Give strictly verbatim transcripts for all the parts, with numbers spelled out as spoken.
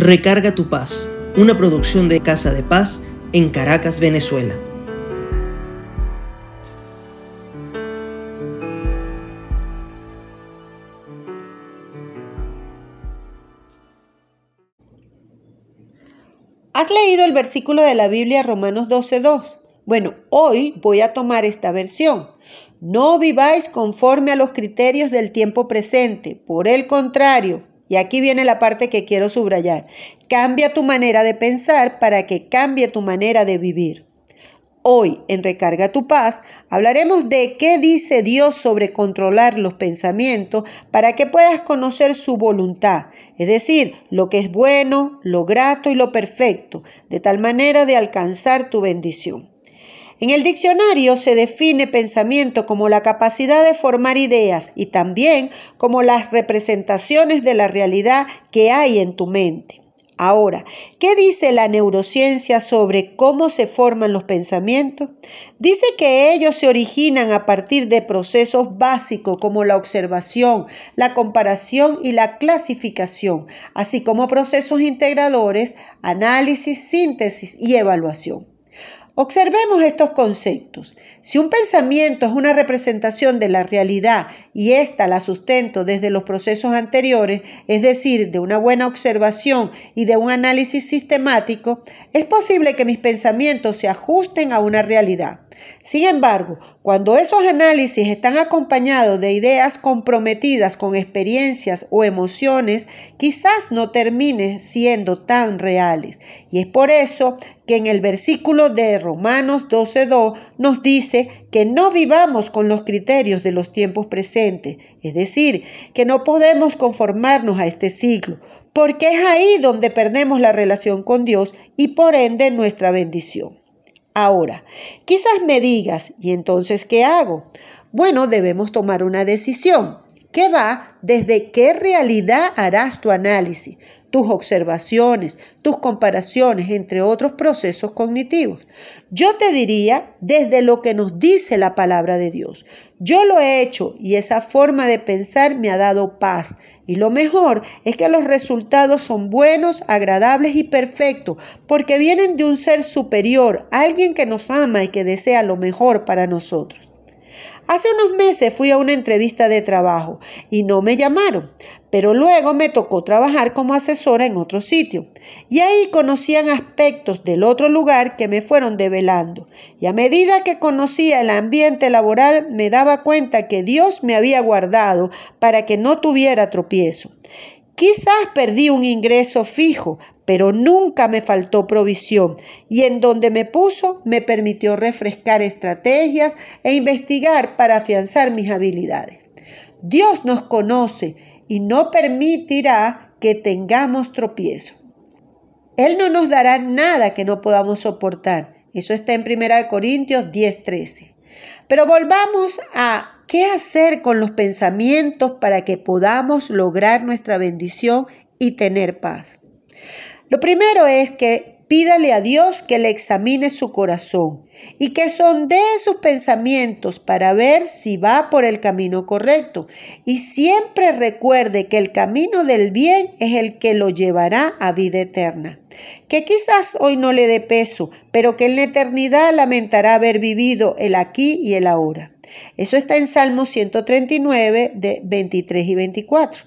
Recarga tu paz, una producción de Casa de Paz en Caracas, Venezuela. ¿Has leído el versículo de la Biblia, Romanos doce dos? Bueno, hoy voy a tomar esta versión. No viváis conforme a los criterios del tiempo presente. Por el contrario, y aquí viene la parte que quiero subrayar, cambia tu manera de pensar para que cambie tu manera de vivir. Hoy, en Recarga tu Paz, hablaremos de qué dice Dios sobre controlar los pensamientos para que puedas conocer su voluntad, es decir, lo que es bueno, lo grato y lo perfecto, de tal manera de alcanzar tu bendición. En el diccionario se define pensamiento como la capacidad de formar ideas y también como las representaciones de la realidad que hay en tu mente. Ahora, ¿qué dice la neurociencia sobre cómo se forman los pensamientos? Dice que ellos se originan a partir de procesos básicos como la observación, la comparación y la clasificación, así como procesos integradores, análisis, síntesis y evaluación. Observemos estos conceptos. Si un pensamiento es una representación de la realidad y ésta la sustento desde los procesos anteriores, es decir, de una buena observación y de un análisis sistemático, es posible que mis pensamientos se ajusten a una realidad. Sin embargo, cuando esos análisis están acompañados de ideas comprometidas con experiencias o emociones, quizás no terminen siendo tan reales. Y es por eso que en el versículo de Romanos doce dos nos dice que no vivamos con los criterios de los tiempos presentes, es decir, que no podemos conformarnos a este siglo, porque es ahí donde perdemos la relación con Dios y por ende nuestra bendición. Ahora, quizás me digas, ¿y entonces qué hago? Bueno, debemos tomar una decisión que va desde qué realidad harás tu análisis, tus observaciones, tus comparaciones, entre otros procesos cognitivos. Yo te diría desde lo que nos dice la palabra de Dios. Yo lo he hecho y esa forma de pensar me ha dado paz. Y lo mejor es que los resultados son buenos, agradables y perfectos, porque vienen de un ser superior, alguien que nos ama y que desea lo mejor para nosotros. Hace unos meses fui a una entrevista de trabajo y no me llamaron, pero luego me tocó trabajar como asesora en otro sitio. Y ahí conocían aspectos del otro lugar que me fueron develando. Y a medida que conocía el ambiente laboral, me daba cuenta que Dios me había guardado para que no tuviera tropiezo. Quizás perdí un ingreso fijo, pero nunca me faltó provisión, y en donde me puso me permitió refrescar estrategias e investigar para afianzar mis habilidades. Dios nos conoce y no permitirá que tengamos tropiezo. Él no nos dará nada que no podamos soportar. Eso está en primera de Corintios diez trece. Pero volvamos a ¿qué hacer con los pensamientos para que podamos lograr nuestra bendición y tener paz? Lo primero es que pídale a Dios que le examine su corazón y que sondee sus pensamientos para ver si va por el camino correcto. Y siempre recuerde que el camino del bien es el que lo llevará a vida eterna. Que quizás hoy no le dé peso, pero que en la eternidad lamentará haber vivido el aquí y el ahora. Eso está en Salmo ciento treinta y nueve, de veintitrés y veinticuatro.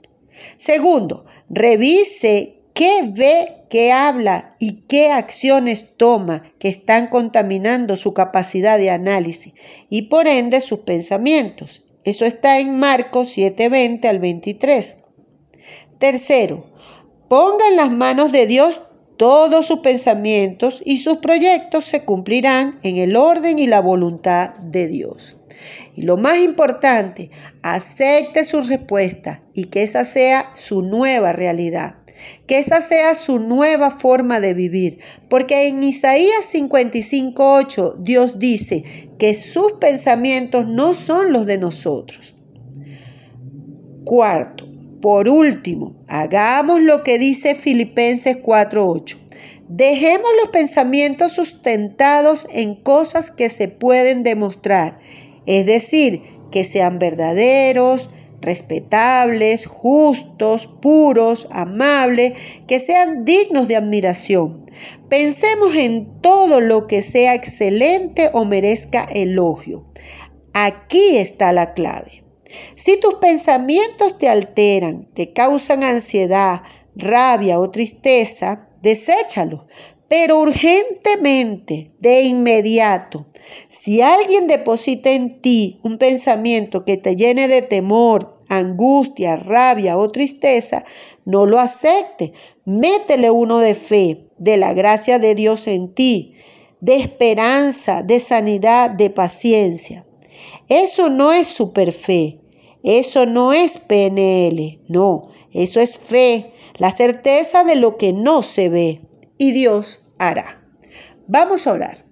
Segundo, revise qué ve, qué habla y qué acciones toma que están contaminando su capacidad de análisis y por ende sus pensamientos. Eso está en Marcos siete veinte al veintitrés. Tercero, ponga en las manos de Dios todos sus pensamientos y sus proyectos se cumplirán en el orden y la voluntad de Dios. Y lo más importante, acepte su respuesta y que esa sea su nueva realidad. Que esa sea su nueva forma de vivir, porque en Isaías cincuenta y cinco ocho Dios dice que sus pensamientos no son los de nosotros. Cuarto, por último, hagamos lo que dice Filipenses cuatro ocho. Dejemos los pensamientos sustentados en cosas que se pueden demostrar, es decir, que sean verdaderos, respetables, justos, puros, amables, que sean dignos de admiración. Pensemos en todo lo que sea excelente o merezca elogio. Aquí está la clave. Si tus pensamientos te alteran, te causan ansiedad, rabia o tristeza, deséchalos, pero urgentemente, de inmediato. Si alguien deposita en ti un pensamiento que te llene de temor, angustia, rabia o tristeza, no lo aceptes. Métele uno de fe, de la gracia de Dios en ti, de esperanza, de sanidad, de paciencia. Eso no es superfe, eso no es P N L, no, eso es fe, la certeza de lo que no se ve, y Dios hará. Vamos a orar.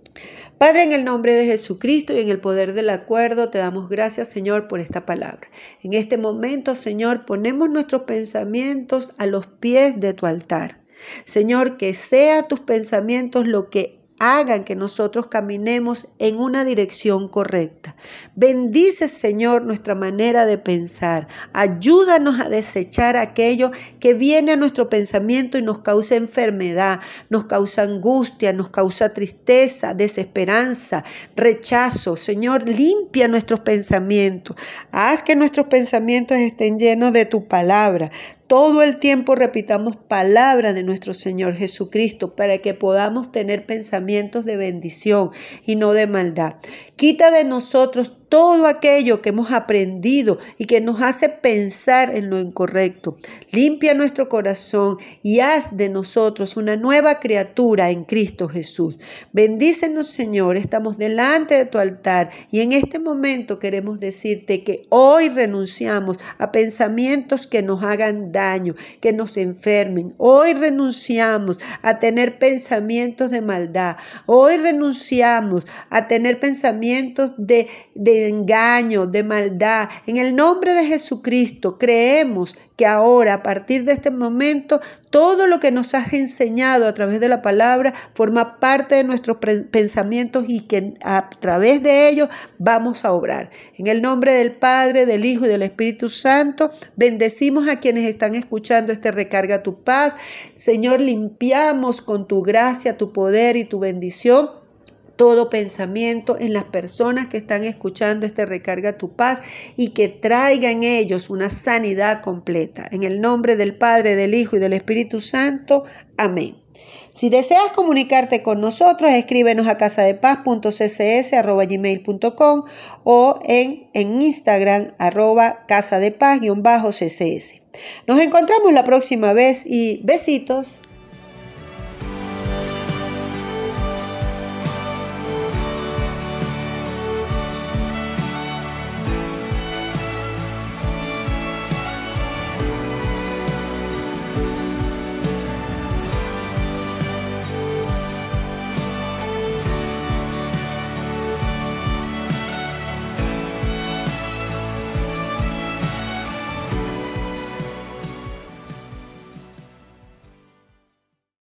Padre, en el nombre de Jesucristo y en el poder del acuerdo, te damos gracias, Señor, por esta palabra. En este momento, Señor, ponemos nuestros pensamientos a los pies de tu altar. Señor, que sea tus pensamientos lo que hagan que nosotros caminemos en una dirección correcta. Bendice, Señor, nuestra manera de pensar. Ayúdanos a desechar aquello que viene a nuestro pensamiento y nos causa enfermedad, nos causa angustia, nos causa tristeza, desesperanza, rechazo. Señor, limpia nuestros pensamientos. Haz que nuestros pensamientos estén llenos de tu palabra. Todo el tiempo repitamos palabras de nuestro Señor Jesucristo para que podamos tener pensamientos de bendición y no de maldad. Quita de nosotros todo aquello que hemos aprendido y que nos hace pensar en lo incorrecto. Limpia nuestro corazón y haz de nosotros una nueva criatura en Cristo Jesús. Bendícenos, Señor, estamos delante de tu altar y en este momento queremos decirte que hoy renunciamos a pensamientos que nos hagan daño, que nos enfermen. Hoy renunciamos a tener pensamientos de maldad. Hoy renunciamos a tener pensamientos de, de engaño, de maldad. En el nombre de Jesucristo creemos que ahora, a partir de este momento, todo lo que nos has enseñado a través de la palabra forma parte de nuestros pensamientos y que a través de ellos vamos a obrar. En el nombre del Padre, del Hijo y del Espíritu Santo, bendecimos a quienes están escuchando este Recarga tu Paz. Señor, limpiamos con tu gracia, tu poder y tu bendición todo pensamiento en las personas que están escuchando este Recarga tu Paz y que traiga en ellos una sanidad completa. En el nombre del Padre, del Hijo y del Espíritu Santo. Amén. Si deseas comunicarte con nosotros, escríbenos a casadepaz punto c c s arroba gmail punto com o en, en Instagram arroba casadepaz guión bajo c c s. Nos encontramos la próxima vez y besitos.